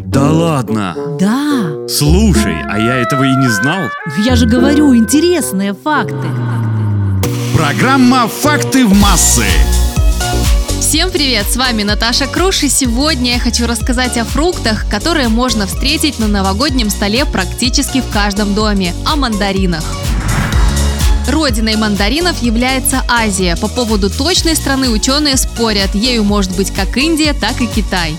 Да ладно? Да. Слушай, а я этого и не знал. Я же говорю, интересные факты. Программа «Факты в массы». Всем привет! С вами Наташа Круш, и сегодня я хочу рассказать о фруктах, которые можно встретить на новогоднем столе практически в каждом доме – о мандаринах. Родиной мандаринов является Азия. По поводу точной страны ученые спорят, ею может быть как Индия, так и Китай.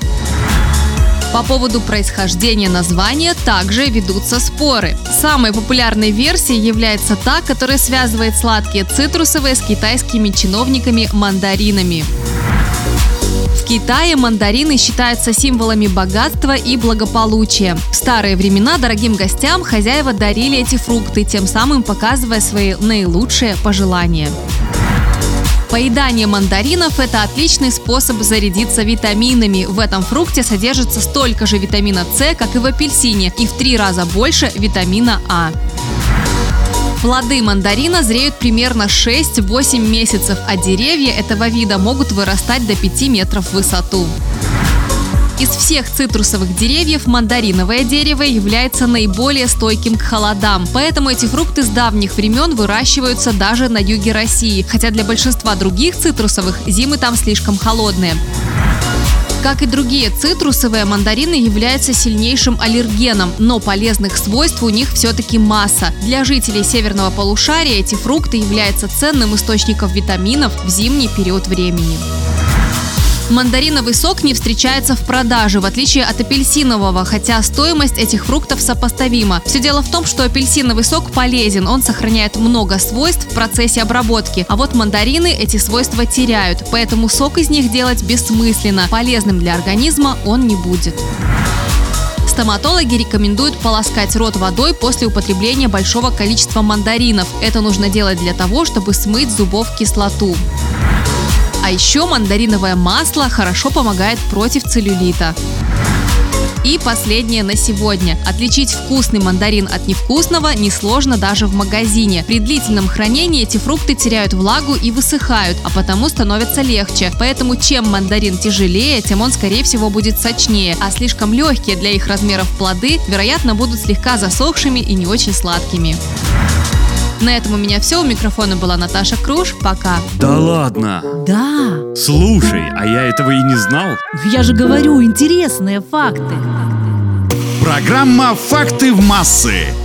По поводу происхождения названия также ведутся споры. Самой популярной версией является та, которая связывает сладкие цитрусовые с китайскими чиновниками-мандаринами. В Китае мандарины считаются символами богатства и благополучия. В старые времена дорогим гостям хозяева дарили эти фрукты, тем самым показывая свои наилучшие пожелания. Поедание мандаринов – это отличный способ зарядиться витаминами. В этом фрукте содержится столько же витамина С, как и в апельсине, и в 3 раза больше витамина А. Плоды мандарина зреют примерно 6-8 месяцев, а деревья этого вида могут вырастать до 5 метров в высоту. Из всех цитрусовых деревьев мандариновое дерево является наиболее стойким к холодам, поэтому эти фрукты с давних времен выращиваются даже на юге России, хотя для большинства других цитрусовых зимы там слишком холодные. Как и другие цитрусовые, мандарины являются сильнейшим аллергеном, но полезных свойств у них все-таки масса. Для жителей северного полушария эти фрукты являются ценным источником витаминов в зимний период времени. Мандариновый сок не встречается в продаже, в отличие от апельсинового, хотя стоимость этих фруктов сопоставима. Все дело в том, что апельсиновый сок полезен, он сохраняет много свойств в процессе обработки, а вот мандарины эти свойства теряют, поэтому сок из них делать бессмысленно, полезным для организма он не будет. Стоматологи рекомендуют полоскать рот водой после употребления большого количества мандаринов. Это нужно делать для того, чтобы смыть с зубов кислоту. А еще мандариновое масло хорошо помогает против целлюлита. И последнее на сегодня. Отличить вкусный мандарин от невкусного несложно даже в магазине. При длительном хранении эти фрукты теряют влагу и высыхают, а потому становятся легче. Поэтому чем мандарин тяжелее, тем он, скорее всего, будет сочнее, а слишком легкие для их размеров плоды, вероятно, будут слегка засохшими и не очень сладкими. На этом у меня все. У микрофона была Наташа Круш. Пока. Да ладно? Да. Слушай, а я этого и не знал. Я же говорю, интересные факты. Программа «Факты в массы».